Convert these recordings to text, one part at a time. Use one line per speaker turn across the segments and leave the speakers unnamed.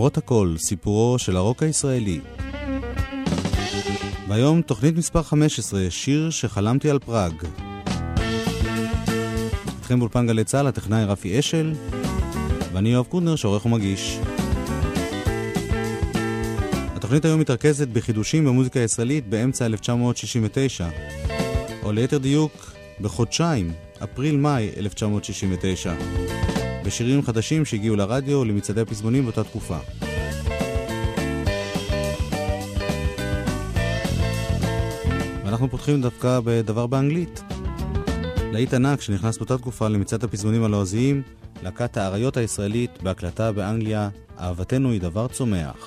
למרות הכל, סיפורו של הרוק הישראלי. והיום תוכנית מספר 15, שיר שחלמתי על פראג. איתכם באולפן גלי צהל, הטכנאי רפי אשל, ואני יואב קודנר שעורך ומגיש. התוכנית היום מתרכזת בחידושים במוזיקה הישראלית באמצע 1969, או ליתר דיוק בחודשיים, אפריל-מאי 1969, בשירים חדשים שהגיעו לרדיו ולמצעדי הפזמונים באותה תקופה. ואנחנו פותחים דווקא בדבר באנגלית. להיט ענק שנכנס באותה תקופה למצעד הפזמונים הלועזיים, להקת האריות הישראלית בהקלטה באנגליה, אהבתנו היא דבר צומח.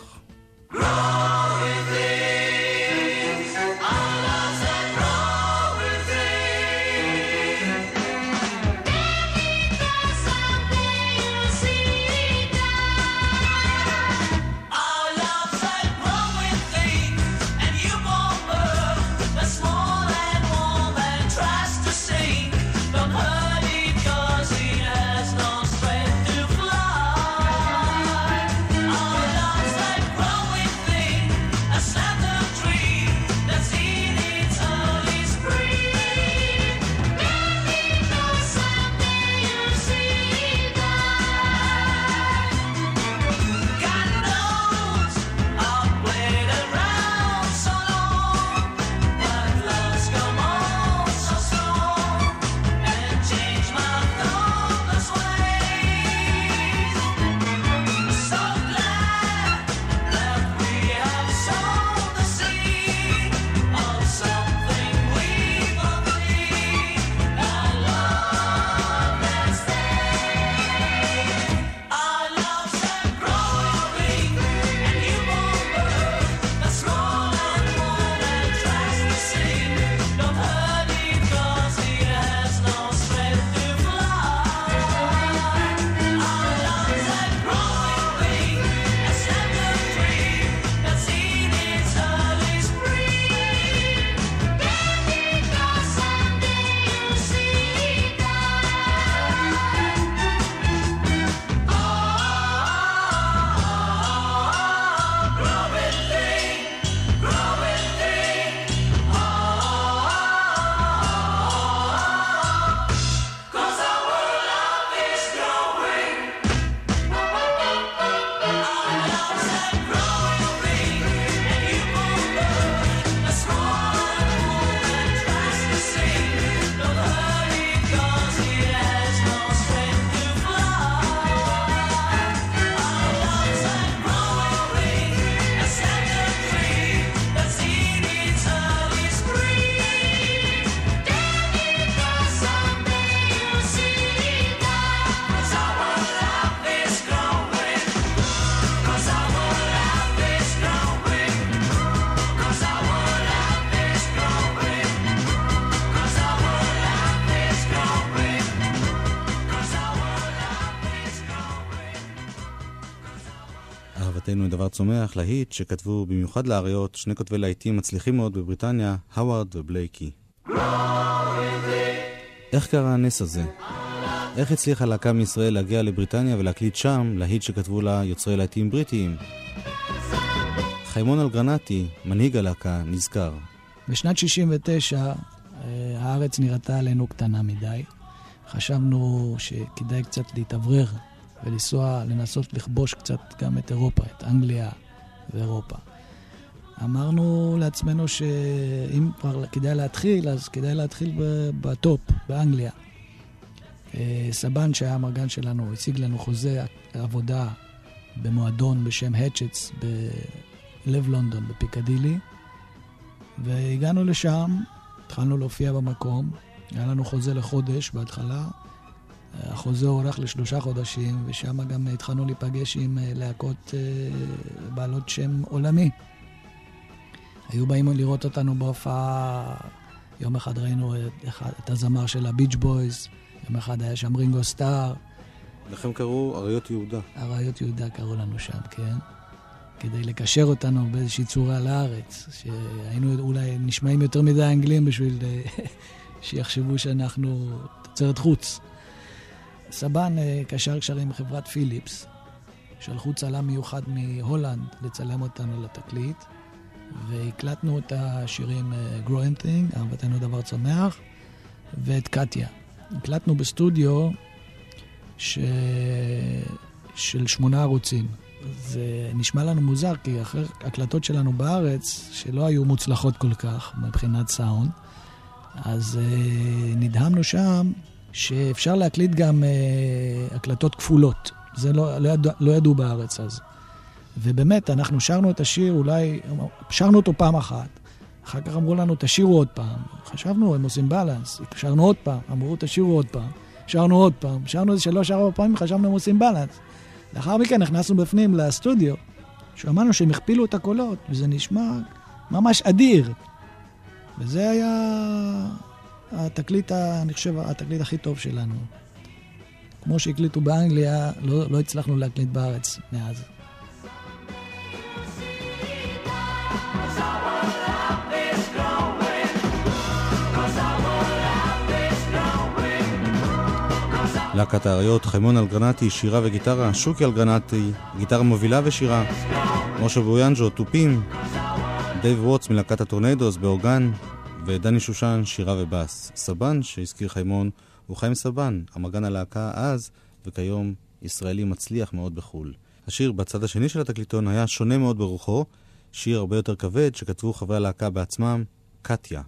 אהבתנו דבר צומח, להיט שכתבו במיוחד לאריות שני כותבי להיטים מצליחים מאוד בבריטניה, הווארד ובלייקי. איך קרה הנס הזה? איך הצליחה להקה מישראל להגיע לבריטניה ולהקליט שם להיט שכתבו לה יוצרי להיטים בריטיים? חיימון אלגרנטי, מנהיג הלהקה, נזכר.
בשנת 69 הארץ נראתה עלינו קטנה מדי. חשבנו שכדאי קצת להתעברר ולנסוע, לנסות לכבוש קצת גם את אירופה, את אנגליה ואירופה. אמרנו לעצמנו שאם כבר כדאי להתחיל, אז כדאי להתחיל בטופ, באנגליה. סבן שהיה המרגן שלנו, הציג לנו חוזה עבודה במועדון בשם הצ'טס בלב לונדון, בפיקדילי, והגענו לשם, התחלנו להופיע במקום, היה לנו חוזה לחודש בהתחלה, החוזה הוארך ל3 חודשים, ושם גם התחלנו להיפגש עם להקות בעלות שם עולמי. היו באים לראות אותנו בהופעה, יום אחד ראינו את הזמר של הביץ' בויז, יום אחד היה שם רינגו סטאר.
לכם קראו אריות יהודה.
אריות יהודה קראו לנו שם, כן. כדי לקשר אותנו באיזושהי צורה לארץ, שהיינו אולי נשמעים יותר מדי אנגלים בשביל שיחשבו שאנחנו תוצרת חוץ. סבן קשר קשרים עם חברת פיליפס, שלחו צלם מיוחד מהולנד לצלם אותנו לתקליט, והקלטנו את השירים Grow Anything, אהבתנו דבר צומח, ואת קטיה. הקלטנו בסטודיו של 8 ערוצים. זה נשמע לנו מוזר, כי אחרי הקלטות שלנו בארץ, שלא היו מוצלחות כל כך מבחינת סאונד, אז נדהמנו שם שאפשר להקליט גם הקלטות כפולות. זה לא ידעו בארץ אז. ובאמת, אנחנו שרנו את השיר, אולי שרנו אותו פעם אחת, אחר כך אמרו לנו, תשירו עוד פעם. חשבנו, הם עושים בלנס. שרנו עוד פעם, אמרו, תשירו עוד פעם. שרנו עוד פעם. שרנו איזה 3-4 פעמים, חשבנו, הם עושים בלנס. לאחר מכן נכנסנו בפנים לסטודיו, שאמרנו שהם הכפילו את הקולות, וזה נשמע ממש אדיר. וזה היה התקליט, אני חושב, התקליט הכי טוב שלנו. כמו שהקליטו באנגליה, לא הצלחנו להקליט בארץ מאז.
להקת האריות, חיימון אלגרנטי, שירה וגיטרה, שוקי אלגרנטי, גיטרה מובילה ושירה, משה בויאנג'ו, טופים, דייב ווטס מלהקת הטורנדוס באורגן, ודני שושן, שירה ובאס. סבן, שהזכיר חיימון, הוא חיים סבן, המגן הלהקה אז, וכיום ישראלי מצליח מאוד בחול. השיר בצד השני של התקליטון היה שונה מאוד ברוחו, שיר הרבה יותר כבד שכתבו חברי הלהקה בעצמם, קטיה.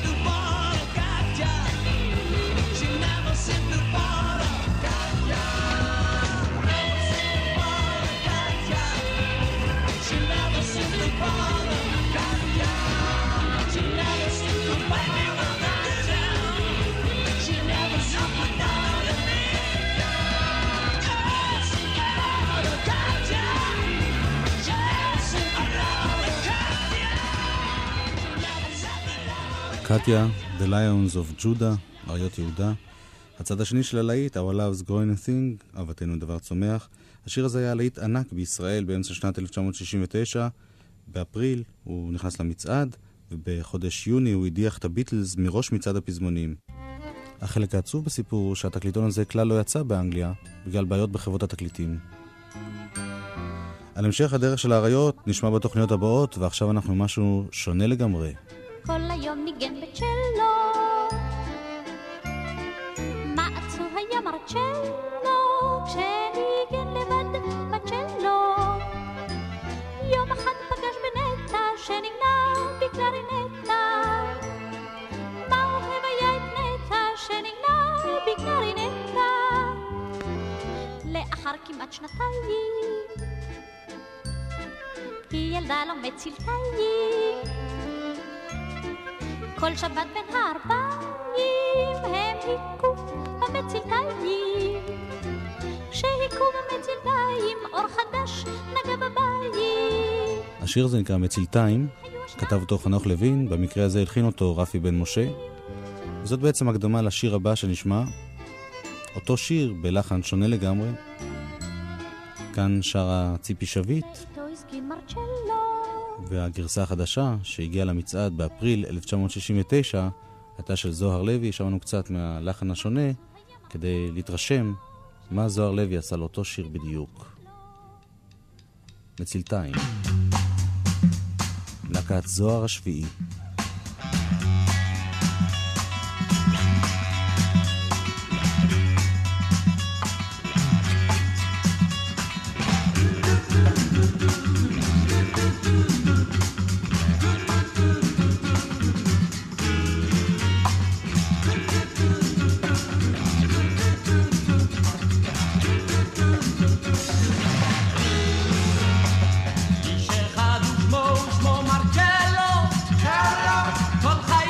She never seemed to bother.
קטיה, The Lions of Judah, אריות יהודה. הצד השני של הלהיט, Our Love's Growing Thing, אהבתנו דבר צומח. השיר הזה היה להיט ענק בישראל באמצע שנת 1969. באפריל הוא נכנס למצעד, ובחודש יוני הוא הדיח את הביטלס מראש מצעד הפזמונים. החלק העצוב בסיפור הוא שהתקליטון הזה כלל לא יצא באנגליה, בגלל בעיות בחברות התקליטים. על המשך הדרך של האריות נשמע בתוכניות הבאות, ועכשיו אנחנו משהו שונה לגמרי.
כל היום ניגן בצ'לו, מה עצוב היה מרצ'לו, כשניגן לבד בצ'לו. יום אחד פגש בנטה שנגנה בקלרינטה, מה אוהב היה את נטה שנגנה בקלרינטה. לאחר כמעט שנתיים היא ילדה לו מצלתיים, כל שבת בין הארבעים הם היכו במצלתיים. כשהיכו במצלתיים אור חדש נגע בבית.
השיר הזה נקרא מצלתיים, כתב אותו חנוך לוין, במקרה הזה הלחין אותו רפי בן משה. וזאת בעצם הקדמה לשיר הבא שנשמע, אותו שיר בלחן שונה לגמרי. כאן שרה ציפי שביט, והגרסה החדשה שהגיעה למצעד באפריל 1969 הייתה של זוהר לוי. שמענו קצת מהלחן השונה כדי להתרשם מה זוהר לוי עשה לאותו שיר בדיוק. מצלתיים, להקת זוהר השביעי.
כל חיי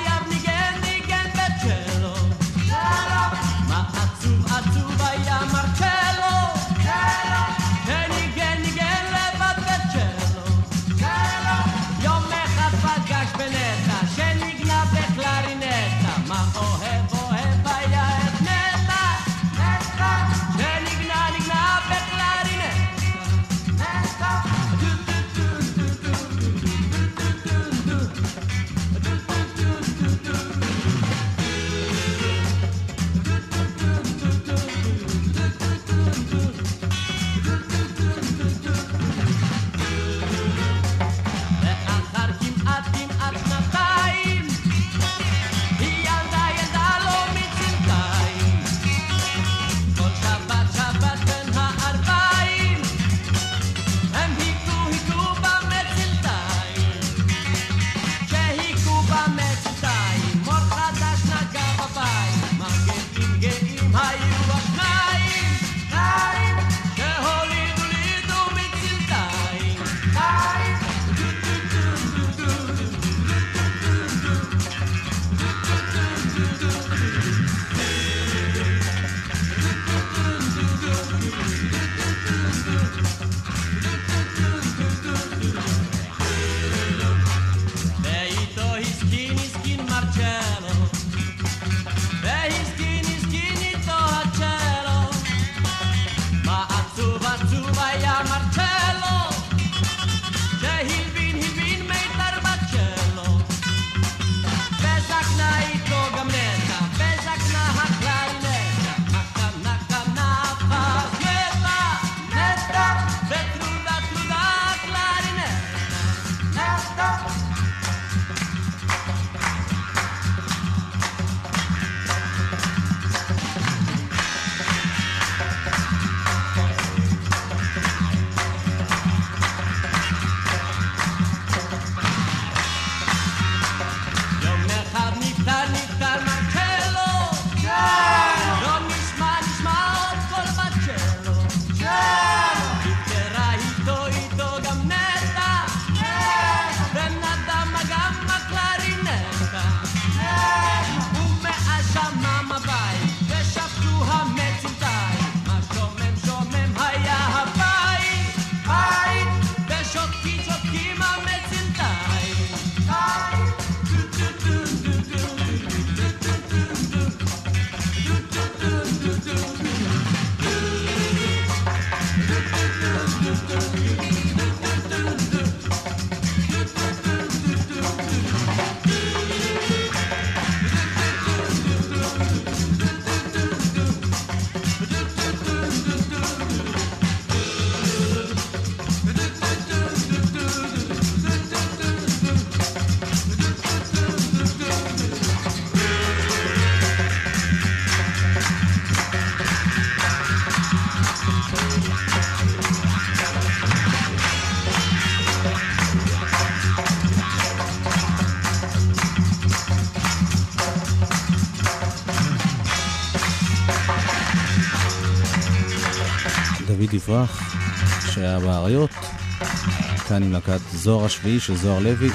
דוד יפרח, שהיה באריות, כאן עם להקת זוהר השביעי של זוהר לוי,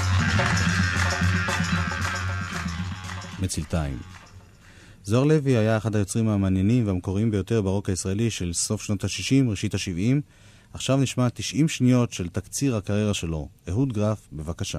מצילתיים. זוהר לוי היה אחד היוצרים המעניינים והמקוריים ביותר ברוק הישראלי של סוף שנות ה-60, ראשית ה-70. עכשיו נשמע 90 שניות של תקציר הקריירה שלו. אהוד גרף, בבקשה.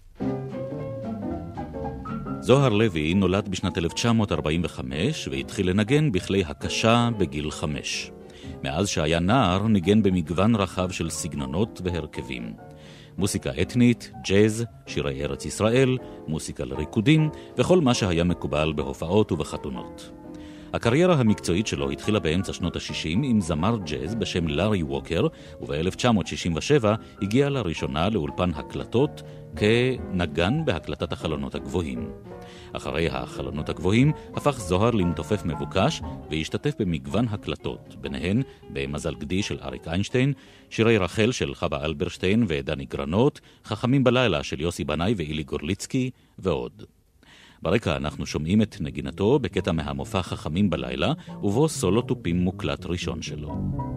זוהר לוי נולד בשנת 1945 והתחיל לנגן בכלי הקשה בגיל 5. מאז שהיה נער ניגן במגוון רחב של סגנונות והרכבים. מוסיקה אתנית, ג'אז, שירי ארץ ישראל, מוסיקה לריקודים וכל מה שהיה מקובל בהופעות ובחתונות. הקריירה המקצועית שלו התחילה באמצע שנות ה-60 עם זמר ג'אז בשם לארי ווקר, וב-1967 הגיע לראשונה לאולפן הקלטות כנגן בהקלטת החלונות הגבוהים. אחרי החלונות הגבוהים הפך זוהר למתופף מבוקש והשתתף במגוון הקלטות, ביניהן במזל גדי של אריק איינשטיין, שירי רחל של חווה אלברשטיין ודני גרנות, חכמים בלילה של יוסי בנאי ואילי גורליצקי ועוד. ברקע אנחנו שומעים את נגינתו בקטע מהמופע חכמים בלילה, ובו סולו טופים מוקלט ראשון שלו.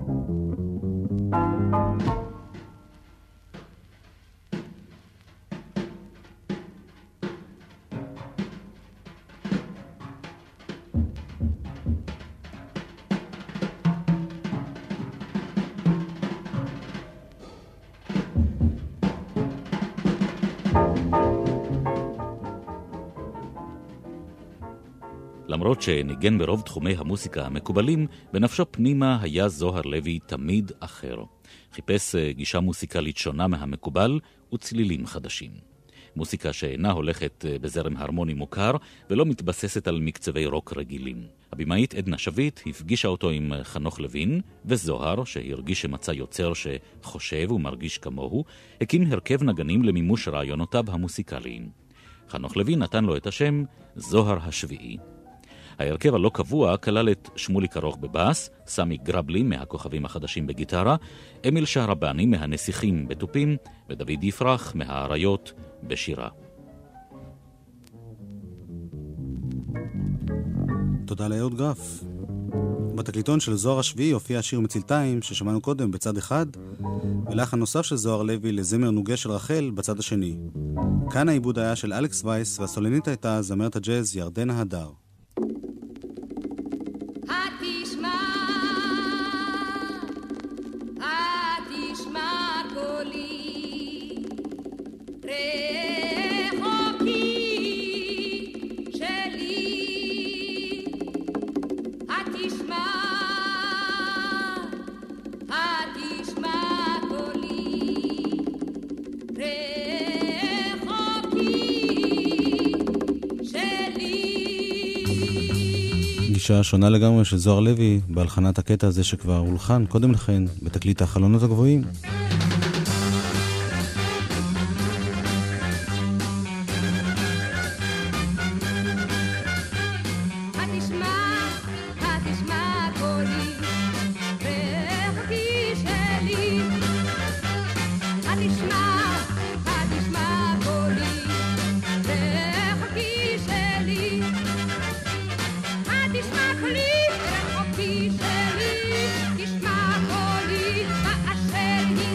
למרות שניגן ברוב תחומי המוסיקה המקובלים, בנפשו פנימה היה זוהר לוי תמיד אחר. חיפש גישה מוסיקלית שונה מהמקובל וצלילים חדשים. מוסיקה שאינה הולכת בזרם הרמוני מוכר ולא מתבססת על מקצבי רוק רגילים. הבימאית עדנה שביט הפגישה אותו עם חנוך לוין, וזוהר, שהרגיש שמצא יוצר שחושב ומרגיש כמוהו, הקים הרכב נגנים למימוש רעיונותיו המוסיקליים. חנוך לוין נתן לו את השם זוהר השביעי. ההרכב הלא קבוע כלל את שמולי קרוך בבאס, סמי גרבלי מהכוכבים החדשים בגיטרה, אמיל שהרבני מהנסיכים בטופים, ודוד יפרח מהאריות בשירה.
תודה לאהוד גרף. בתקליטון של זוהר השביעי הופיע שיר מצילתיים ששמענו קודם בצד אחד, ולחן נוסף של זוהר לוי לזמר נוגה של רחל בצד השני. כאן העיבוד היה של אלכס וייס, והסולנית הייתה זמרת הג'אז ירדנה הדר. גישה שונה לגמרי של זוהר לוי בהלחנת הקטע הזה שכבר הולחן קודם לכן בתקליט החלונות הגבוהים.
תשמע קולי, באשר היא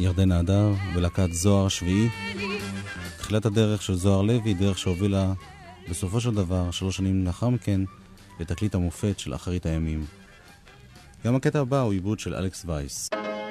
ירדנה הדר ולהקת זוהר שביעי. תחילת הדרך של זוהר לוי, דרך שהובילה בסופו של דבר 3 שנים לאחר מכן לתקליט המופת של אחרית הימים. גם הקטע הבא הוא עיבוד של אלכס וייס.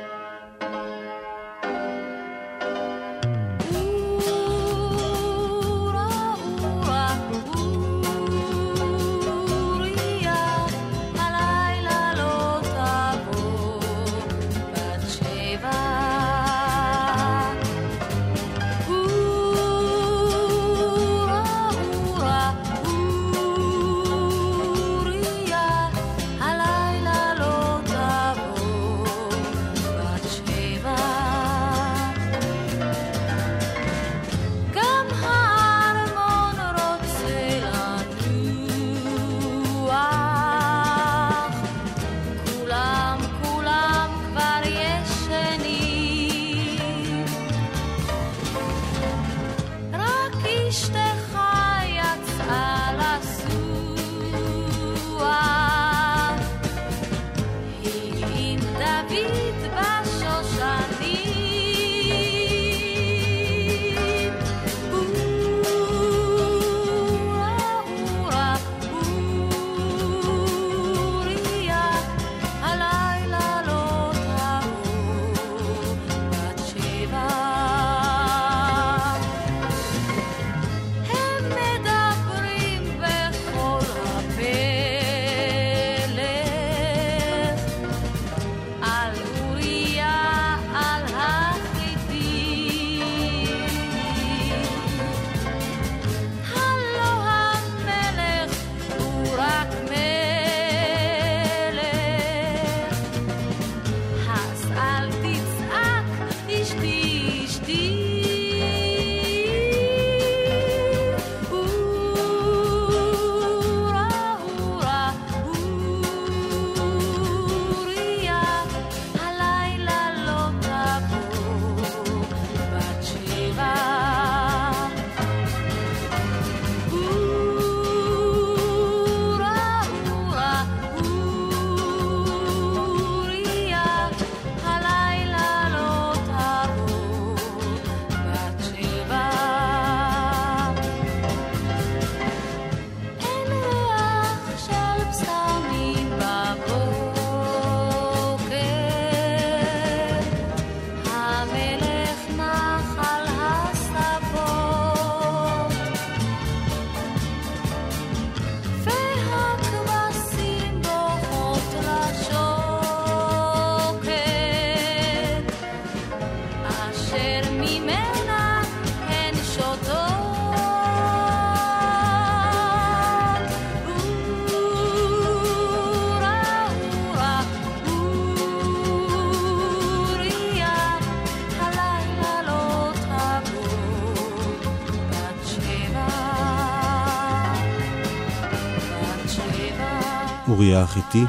אוריה החיתי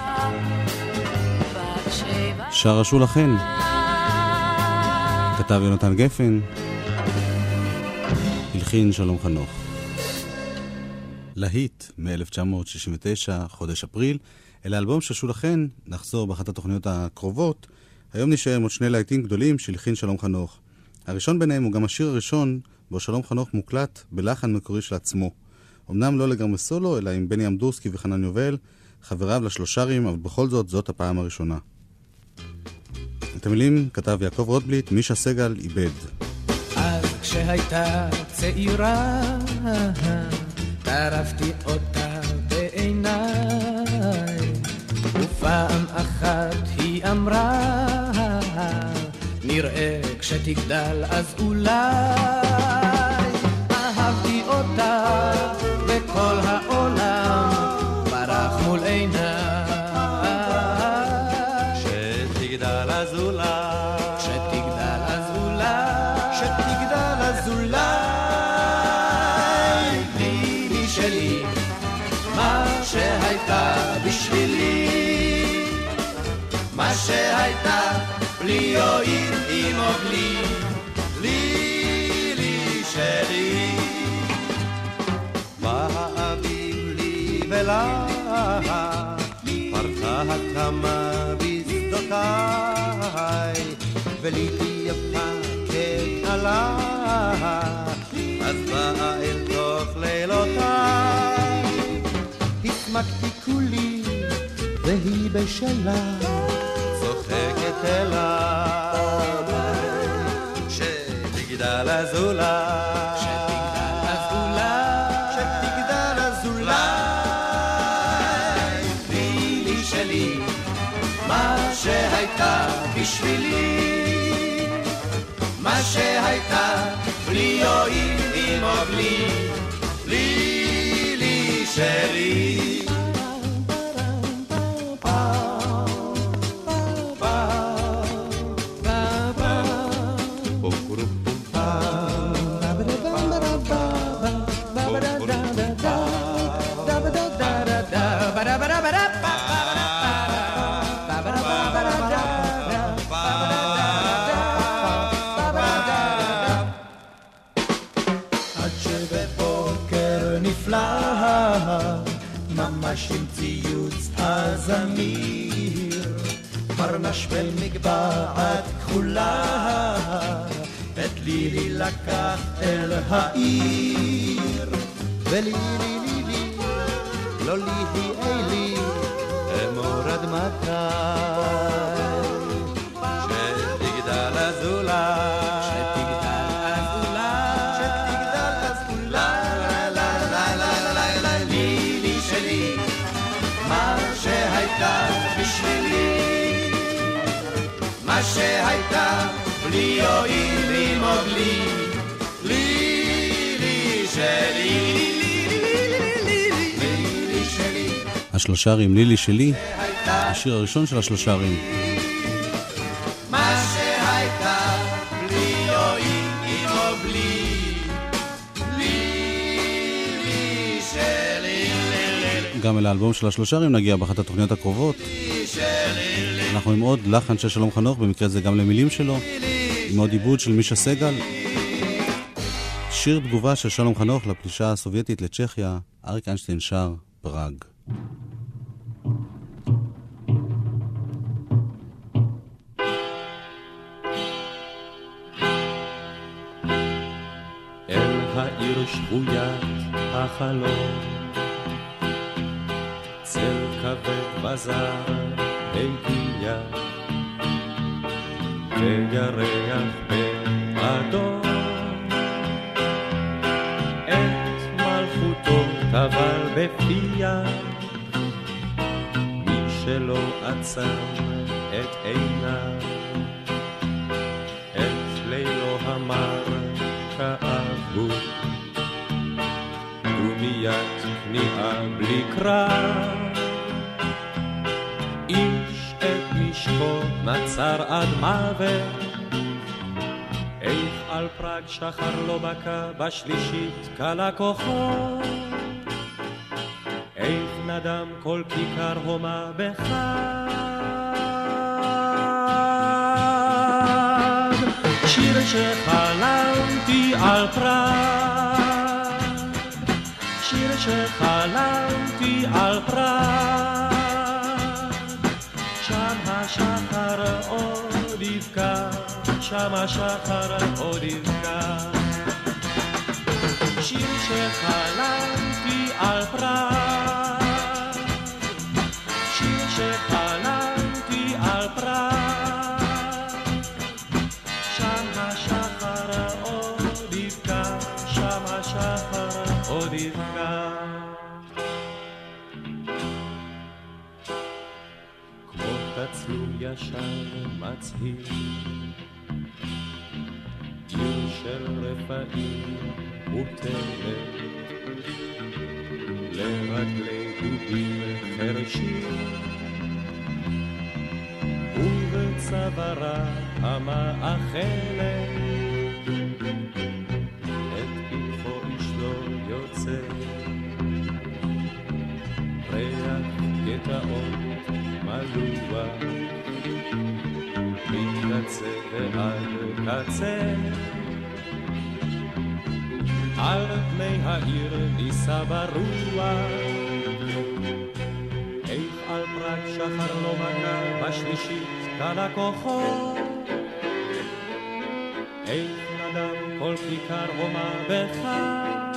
שר השול לכן, כתב יונתן גפן, הלחין שלום חנוך. להיט מ-1969, חודש אפריל, אל האלבום של שול לכן נחזור באחת התוכניות הקרובות. היום נשאר עם עוד 2 להיטים גדולים שהלחין שלום חנוך. הראשון ביניהם הוא גם השיר הראשון בו שלום חנוך מוקלט בלחן מקורי של עצמו. אמנם לא לגמרי סולו, אלא עם בני אמדורסקי וחנן יובל, חבריו לשלושרים, אבל בכל זאת, זאת הפעם הראשונה. את המילים כתב יעקב רוטבליט, מישה סגל איבד.
אז כשהייתה צעירה, טרפתי אותה בעיניי, ופעם אחת היא אמרה, נראה כשתגדל אז אולי. אהבתי אותה בכל העולם, ברח מול עיניי.
שתגדל אז אולי,
שתגדל אז אולי,
שתגדל אז אולי.
ליבי שלי, מה שהייתה בשבילי, מה שהייתה בלי יועיל עמו בלי.
לילי שלי, בא האביב לי ולה, פרחה הקמה בשדותיי, וליבי יפה ככלה, אז באה אל תוך לילותיי, הסמקתי כולי והיא בשלה צוחקת אליי, שתגדל הזולה, שתגדל הזולה, תני לי שלי מה שהייתה בשבילי, מה שהייתה בלי יועיל עמו בלי, לי שלי. ממש עם ציוץ הזמיר, פרנש במגבעת כחולה, את לילי לקח אל העיר, ולילי לילי, לא לילי אלי, אמור עד מתי, שתגדל הזולה, בשבילי, מה שהייתה בלי יועיל עמו בלי, לי שלי.
השלושרים לילי שלי, השיר הראשון של השלושרים.
מה שהייתה בלי יועיל עמו בלי, לי שלי.
גם אל האלבום של השלושרים נגיע באחת התוכניות הקרובות. אנחנו עם עוד לחן של שלום חנוך, במקרה זה גם למילים שלו, עם עוד עיבוד של מישה סגל. שיר תגובה של שלום חנוך לפלישה הסובייטית לצ'כיה, אריק איינשטיין שר פראג.
אל העיר שבוית החלום, צל כבד בזר הגיע, וירח באדום את מלכותו טבל בפיה, מי שלא עצם את עיניו, את לילו המר כאבו, דומיית כניעה בלי קרב, איש את נשקו נצר עד מוות, איך על פראג שחר לא בקע בשלישית קלה כוחו, איך נדם כל כיכר הומה בחג, שיר שחלמתי על פראג, שיר שחלמתי על פראג, שם השחר עוד יבקע, שם השחר עוד יבקע, שיר שחלמתי על פראג, שיר שחלמתי על פראג, שם השחר עוד יבקע, שם השחר עוד יבקע. תצלום ישן מצהיר, עיר של רפאים מוטלת, לרגלי דובים חרשים, ובצווארה המאכלת, את פתחו איש לא יוצא, ריח גטאות מלוע, מקצה ועד קצה, על פני העיר ניסה ברוח, איך על פראג שחר לא מגע בשלישית קלה כוחו, איך נדם כל כיכר רומא בחג.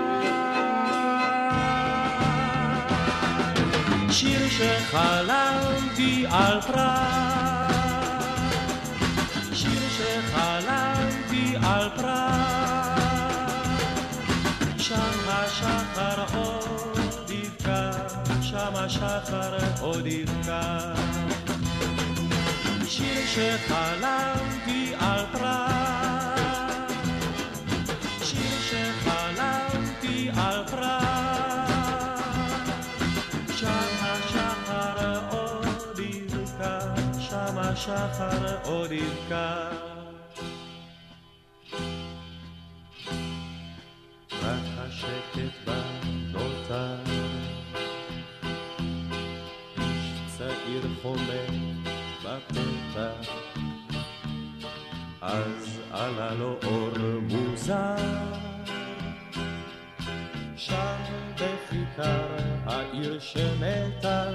שיר שחלמתי על פראג, שיר שחלמתי על פראג, שם השחר עוד יבקע, שם השחר עוד יבקע. שיר שחלמתי על פראג, שיר שחלמתי על פראג, שם השחר עוד יבקע, שם השחר עוד יבקע. רק השקט בנותר, איש צעיר חומר בפתח, אז עלה לו אור מוזר, שם בכיכר העיר שמתה.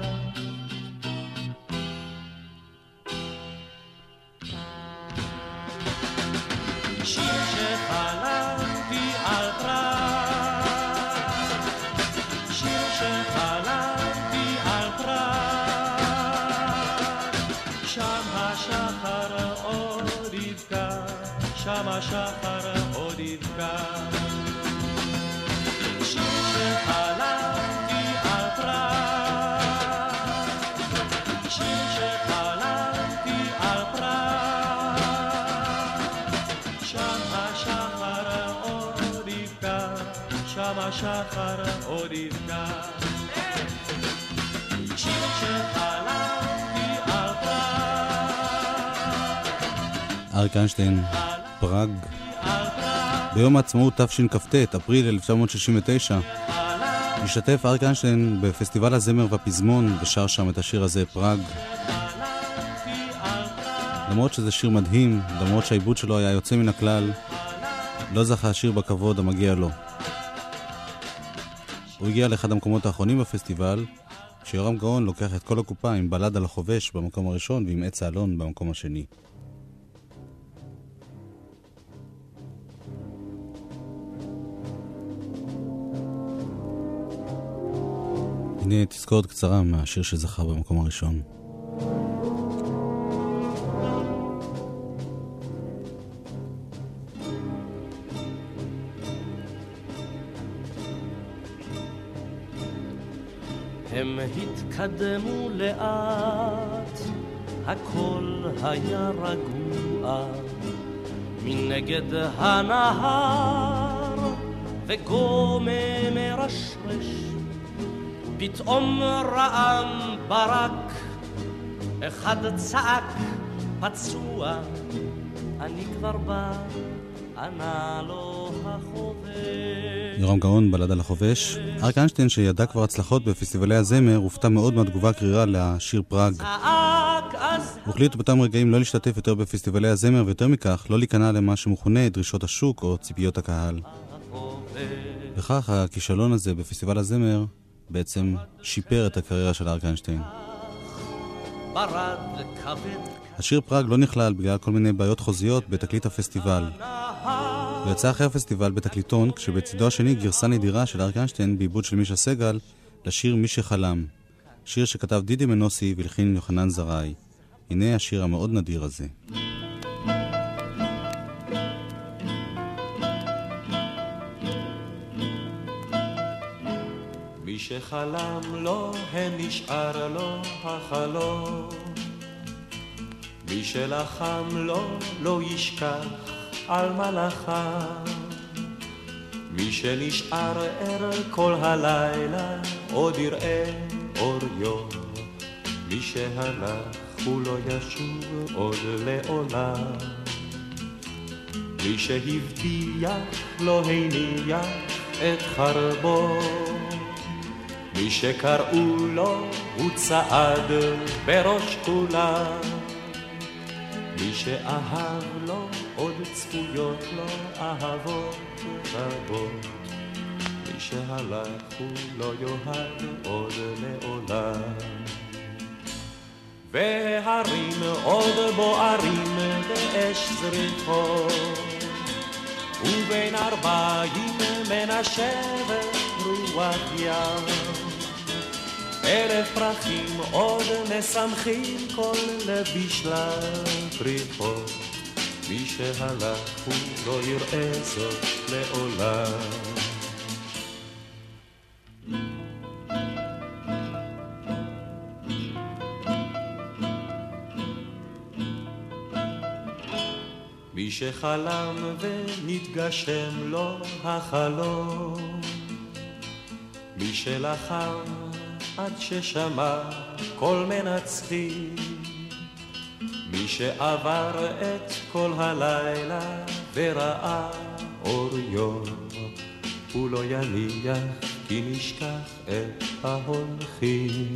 שיר שחלמתי על פראג, שיר שחלמתי על פראג, שם השחר עוד יבקע, שם השחר עוד יבקע. שיר שחלמתי על פראג, שיר שחלמתי על פראג, שם השחר עוד יבקע, שם השחר עוד יבקע. שיר שחלמתי על פראג.
אריק איינשטיין, פראג. ביום העצמאות תשכ"ט, אפריל 1969, השתתף אריק איינשטיין בפסטיבל הזמר והפזמון ושר שם את השיר הזה, פראג. למרות שזה שיר מדהים, למרות שהעיבוד שלו היה יוצא מן הכלל, לא זכה השיר בכבוד המגיע לו. הוא הגיע לאחד המקומות האחרונים בפסטיבל, כשיורם גאון לוקח את כל הקופה עם בלד על החובש במקום הראשון ועם עץ האלון במקום השני. הנה תזכורת קצרה מהשיר שזכה במקום הראשון.
הם התקדמו לאט, הכל היה רגוע, מנגד הנהר וגומם מרשרש, פתאום רעם ברק, אחד צעק פצוע, אני כבר בא, ענה לו החובש.
יורם גאון, בלד על החובש. אריק איינשטיין, שידע כבר הצלחות בפסטיבלי הזמר, הופתע מאוד מהתגובה הקרירה לשיר פראג. הוא החליט באותם רגעים לא להשתתף יותר בפסטיבלי הזמר, ויותר מכך לא להיכנע למה שמכונה דרישות השוק או ציפיות הקהל. וכך הכישלון הזה בפסטיבל הזמר בעצם שיפר את הקריירה של אריק איינשטיין. השיר פראג לא נכלל בגלל כל מיני בעיות חוזיות בתקליט הפסטיבל. הוא יצא אחרי הפסטיבל בתקליטון, כשבצידו השני גרסה נדירה של אריק איינשטיין בעיבוד של מישה סגל לשיר מי שחלם, שיר שכתב דידי מנוסי והלחין יוחנן זרעי. הנה השיר המאוד נדיר הזה.
מי שחלם לו נשאר לו החלום, מי שלחם לו לא ישכח על מלאכה, מי שנשאר ער כל הלילה עוד יראה אור יום, מי שהלך הוא לא ישוב עוד לעולם, מי שהבטיח לא הניח את חרבו, מי שקראו לו הוא צעד בראש כולם, מי שאהב לו עוד צפויות לו אהבות רבות, מי שהלך הוא לא יאהב עוד לעולם. והרים עוד בוערים באש זריחות, ובין ארבעים מנשבת רוח ים. 1000 פרחים עוד משמחים כל בשלל פריחות, מי שהלך הוא לא יראה זאת לעולם. מי שחלם ונתגשם לו החלום, מי שלחם עד ששמע קול מנצחים, מי שעבר את כל הלילה וראה אור יום, הוא לא יניח כי נשכח את ההולכים.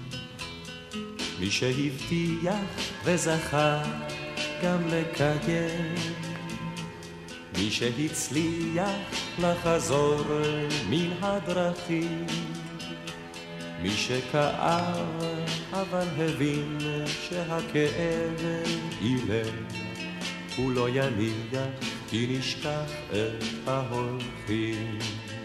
מי שהבטיח וזכה גם לקיים, מי שהצליח לחזור מן הדרכים, מי שכאב אבל הבין שהכאב אילם, הוא לא יניח כי נשכח את ההולכים.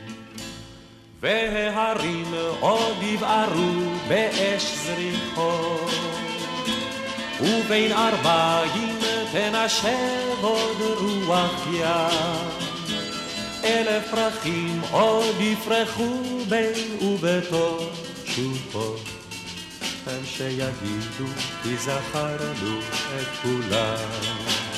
וההרים עוד יבערו באש זריחות, ובין 40 תנשב עוד רוח ים. 1000 פרחים עוד יפרחו בין ובתוך שוחות, הם שיגידו כי זכרנו את כולם.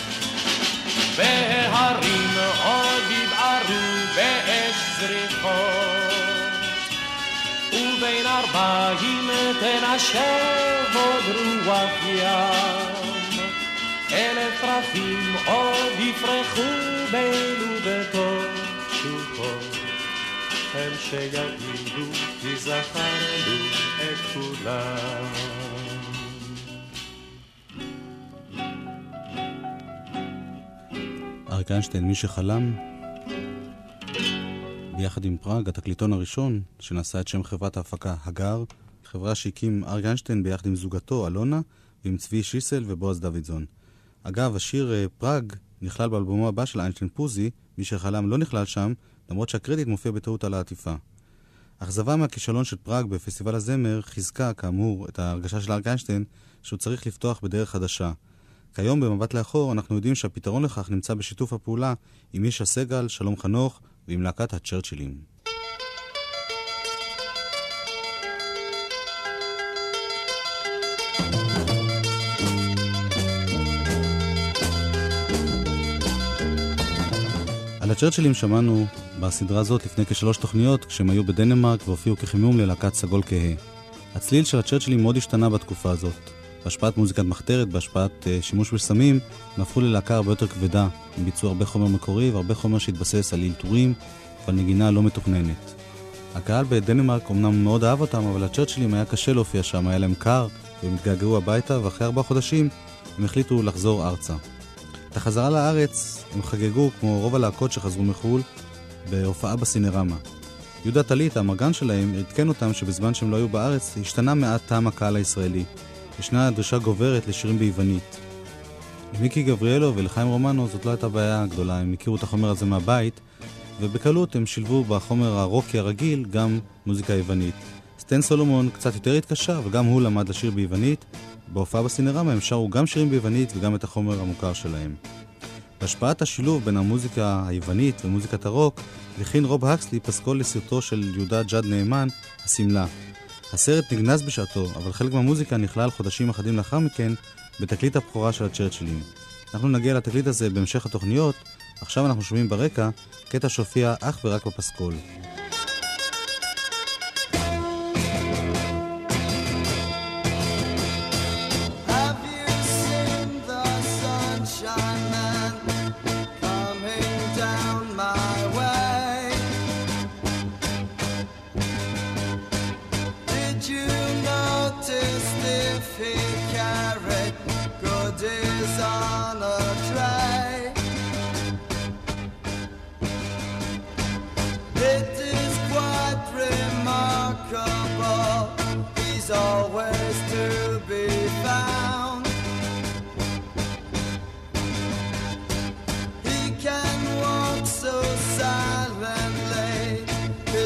וההרים עוד יבערו באש זריחות, ובין 40 תנשב עוד רוח ים. 1000 פרחים עוד יפרחו בין ובתוך שוחות, הם שיגידו כי זכרנו את כולם.
אריק איינשטיין, מי שחלם, ביחד עם פראג, התקליטון הראשון שנשא את שם חברת ההפקה הגר, חברה שהקים אריק איינשטיין ביחד עם זוגתו אלונה ועם צבי שיסל ובועז דוידזון. אגב, השיר פראג נכלל באלבומו הבא של איינשטיין פוזי, מי שחלם לא נכלל שם, למרות שהקרדיט מופיע בטעות על העטיפה. אכזבה מהכישלון של פראג בפסטיבל הזמר חיזקה כאמור את ההרגשה של אריק איינשטיין שהוא צריך לפתוח בדרך חדשה. כיום במבט לאחור אנחנו יודעים שהפתרון לכך נמצא בשיתוף הפעולה עם מישה סגל, שלום חנוך ועם להקת הצ'רצ'ילים. על הצ'רצ'ילים שמענו בסדרה הזאת לפני כ3 תוכניות כשהם היו בדנמרק והופיעו כחימום ללהקת סגול כהה. הצליל של הצ'רצ'ילים מאוד השתנה בתקופה הזאת. בהשפעת מוזיקת מחתרת, בהשפעת שימוש בסמים, הם הפכו ללהקה הרבה יותר כבדה. הם ביצעו הרבה חומר מקורי והרבה חומר שהתבסס על אלתורים ועל נגינה לא מתוכננת. הקהל בדנמרק אמנם מאוד אהב אותם, אבל הצ'רצ'ילים היה קשה להופיע שם, היה להם קר והם התגעגעו הביתה, ואחרי 4 חודשים הם החליטו לחזור ארצה. את החזרה לארץ הם חגגו כמו רוב הלהקות שחזרו מחול בהופעה בסינרמה. יהודה טלית, המרגן שלהם, עדכן אותם שבזמן שהם לא היו בארץ השתנה מעט טעם הקהל הישראלי. ישנה דרישה גוברת לשירים ביוונית. למיקי גבריאלו ולחיים רומנו זאת לא הייתה בעיה גדולה, הם הכירו את החומר הזה מהבית, ובקלות הם שילבו בחומר הרוקי הרגיל גם מוזיקה יוונית. סטן סולומון קצת יותר התקשה, וגם הוא למד לשיר ביוונית. בהופעה בסינרמה הם שרו גם שירים ביוונית וגם את החומר המוכר שלהם. בהשפעת השילוב בין המוזיקה היוונית ומוזיקת הרוק, הכין רוב הקסלי פסקול לסרטו של יהודה ג'אד נאמן, הסמלה. הסרט נגנז בשעתו, אבל חלק מהמוזיקה נכלל חודשים אחדים לאחר מכן בתקליט הבכורה של הצ'רצ'ילים. אנחנו נגיע לתקליט הזה בהמשך התוכניות, עכשיו אנחנו שומעים ברקע קטע שהופיע אך ורק בפסקול.
Always to be found.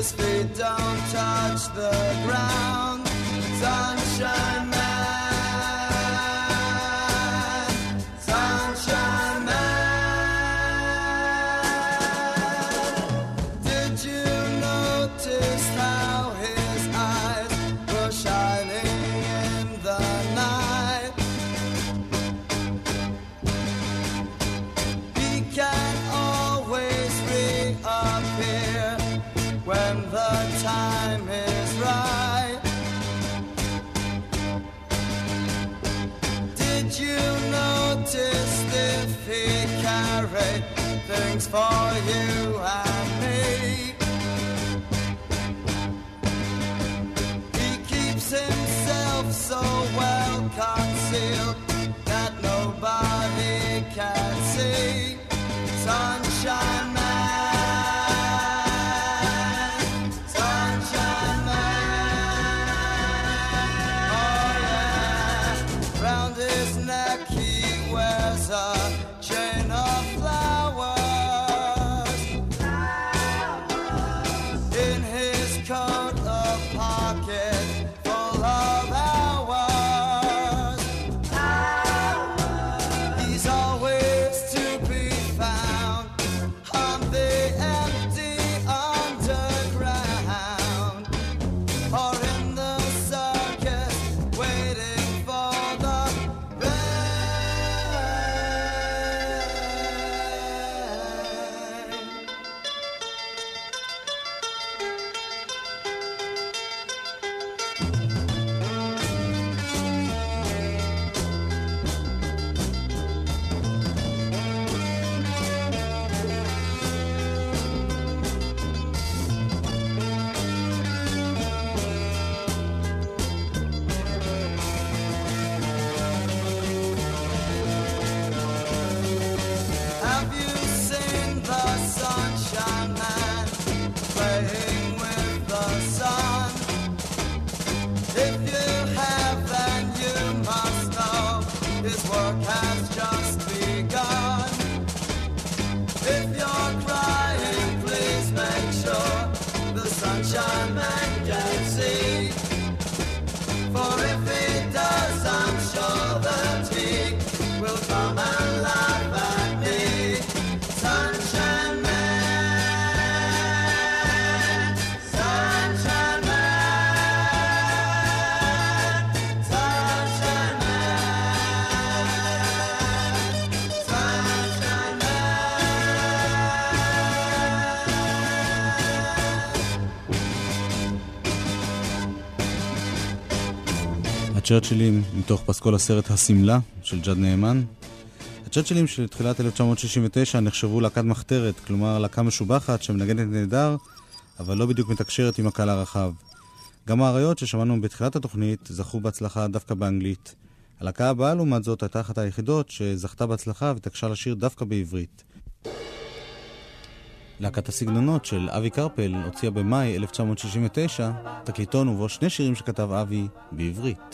his feet don't touch the ground. Sunshine man, sunshine man. Did you notice how his eyes were shining in the night? He can always reappear when the time is right. Did you notice if he carried things for you and me? He keeps himself so well concealed that nobody can see. Sunshine man, sunshine man. Oh yeah, round his neck he wears a chain of flowers. In his coat a pocket full of hours. He's always to be found on the empty underground, or in the circus waiting for the rain. Have you seen the sunshine man playing with the sun? If you have, then you must know his work has just begun. If you're crying, please make sure the sunshine man can see. For if he does, I'm sure that he will come and laugh at me. Sunshine man, sunshine man, sunshine man, sunshine man.
הצ'רצ'ילים מתוך פסקול הסרט הסמלה של ג'אד נאמן. הצ'רצ'ילים של תחילת 1969 נחשבו להקת מחתרת, כלומר להקה משובחת שמנגנת נהדר, אבל לא בדיוק מתקשרת עם הקהל הרחב. גם האריות ששמענו בתחילת התוכנית זכו בהצלחה דווקא באנגלית. הלהקה הבאה לעומת זאת הייתה אחת היחידות שזכתה בהצלחה ותקשה לשיר דווקא בעברית. להקת הסגנונות של אבי קרפל הוציאה במאי 1969 תקליטון ובו שני שירים שכתב אבי בעברית.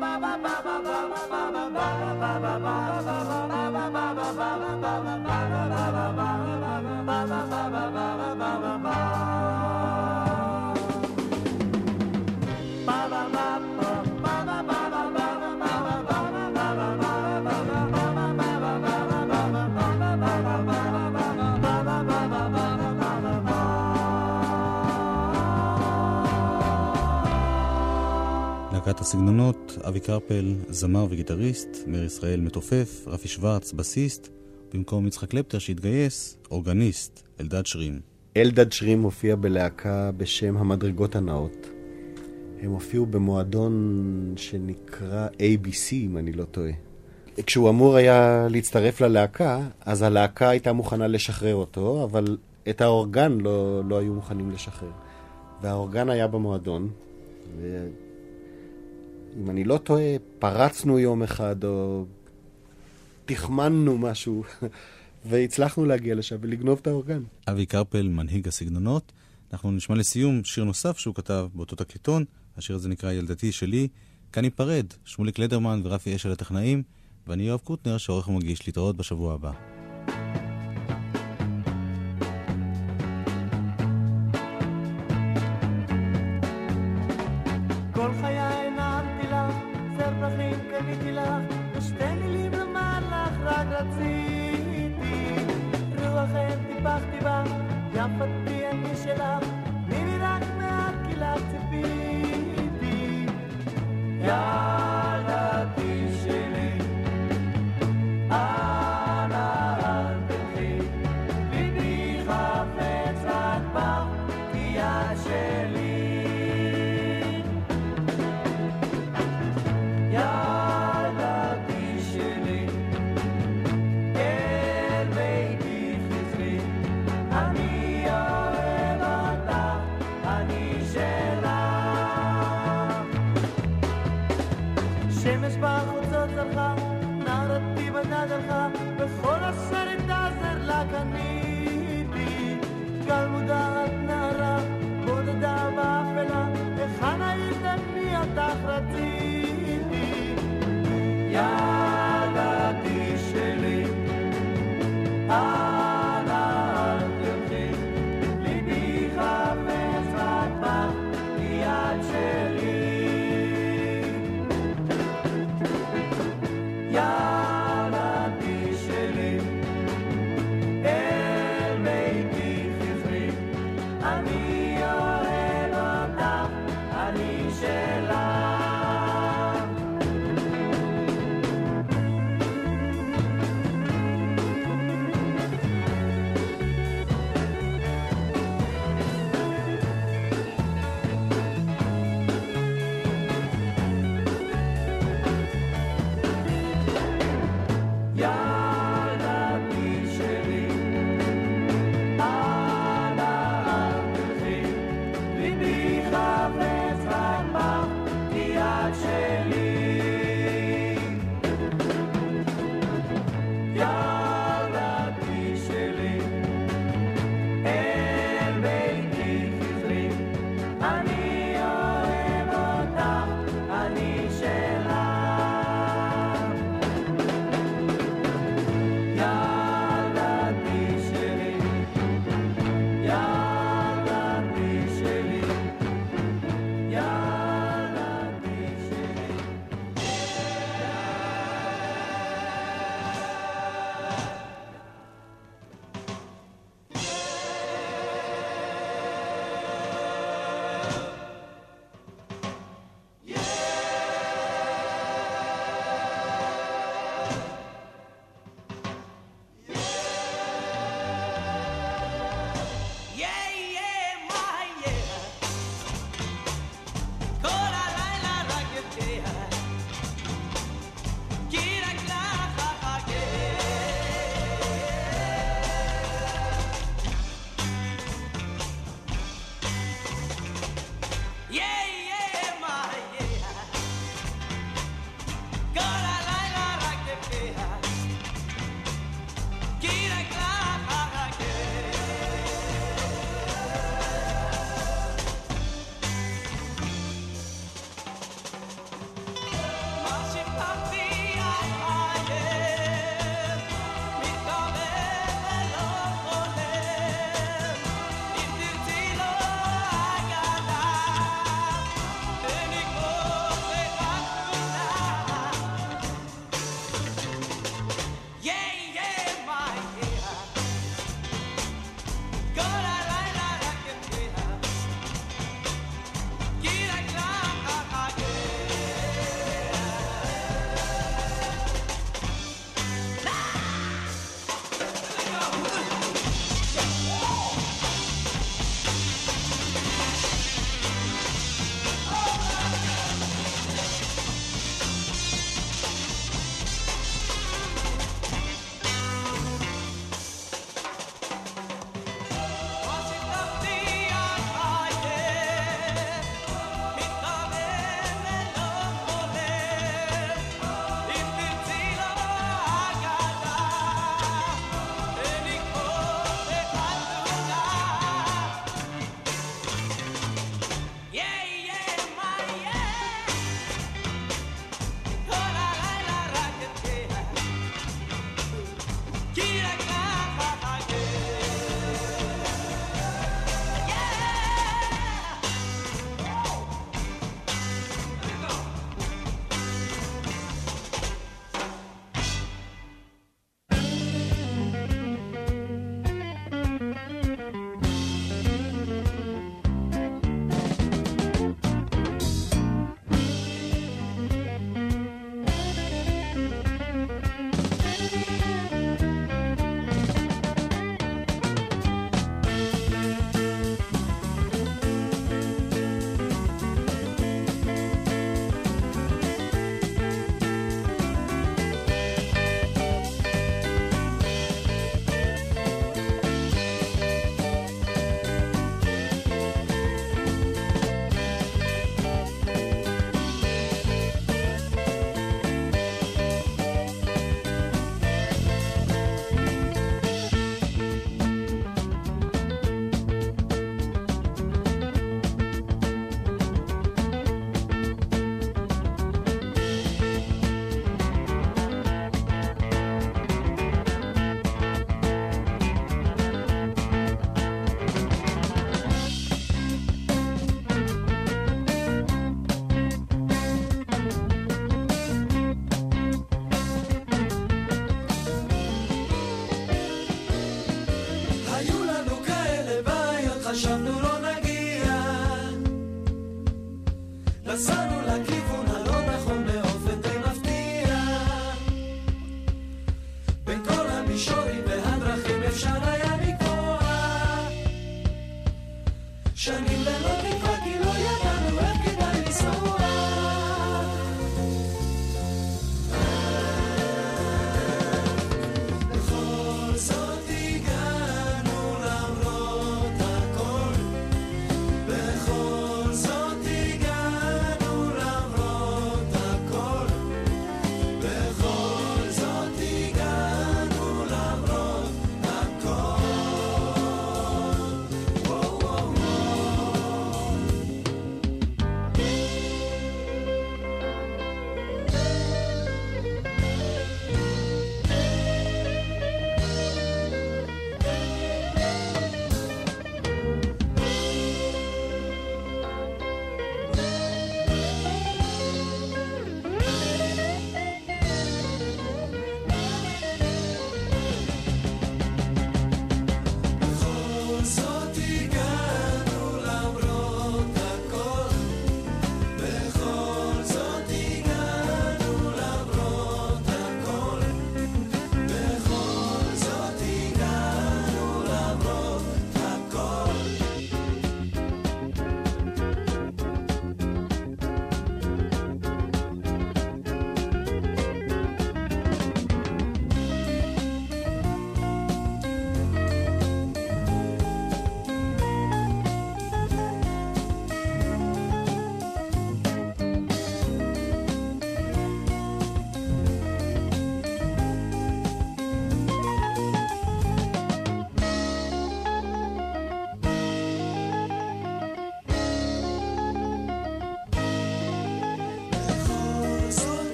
להקת הסגנונות, אבי קרפל, זמר וגיטריסט, מאיר ישראל מתופף, רפי שוורץ, בסיסט, במקום יצחק קלפטר שהתגייס, אורגניסט, אלדד שרים.
אלדד שרים הופיע בלהקה בשם המדרגות הנאות. הם הופיעו במועדון שנקרא ABC, אם אני לא טועה. כשהוא אמור היה להצטרף ללהקה, אז הלהקה הייתה מוכנה לשחרר אותו, אבל את האורגן לא היו מוכנים לשחרר. והאורגן היה במועדון, אם אני לא טועה, פרצנו יום אחד, או תחמנו משהו, והצלחנו להגיע לשם ולגנוב את האורגן.
אבי קרפל, מנהיג הסגנונות. אנחנו נשמע לסיום שיר נוסף שהוא כתב באותו תקליטון. השיר הזה נקרא ילדתי שלי. כאן ניפרד, שמוליק לדרמן ורפי אשל הטכנאים, ואני יואב קוטנר שעורך ומגיש. להתראות בשבוע הבא.
כל חיי נעמתי לך, זר פרחים קניתי לך, ושתי מילים לומר לך רק רציתי. רוח אין טיפחתי בה, יפתי אני שלך, תני לי רק מעט כי לך ציפיתי. ילדתי שלי, אנא אל תלכי, ליבי חפץ רק בך, כי את שלי. ילדתי שלי, אל ביתי חזרי, אני אוהב אותך, אני שלך. שמש בחוצות זרחה, נערתי בנגלך, בכל אשר התעזר לה קניתי. גל מודעת נערה, בודדה באפלה, היכן היית אני אותך רציתי. ילדתי שלי, אנא אל תלכי, ליבי חפץ רק בך, כי את שלי. ילדתי שלי, אל ביתי חזרי, אני אוהב אותך, אני שלך.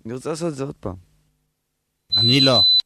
אני רוצה לעשות את זה עוד פעם.
אני לא.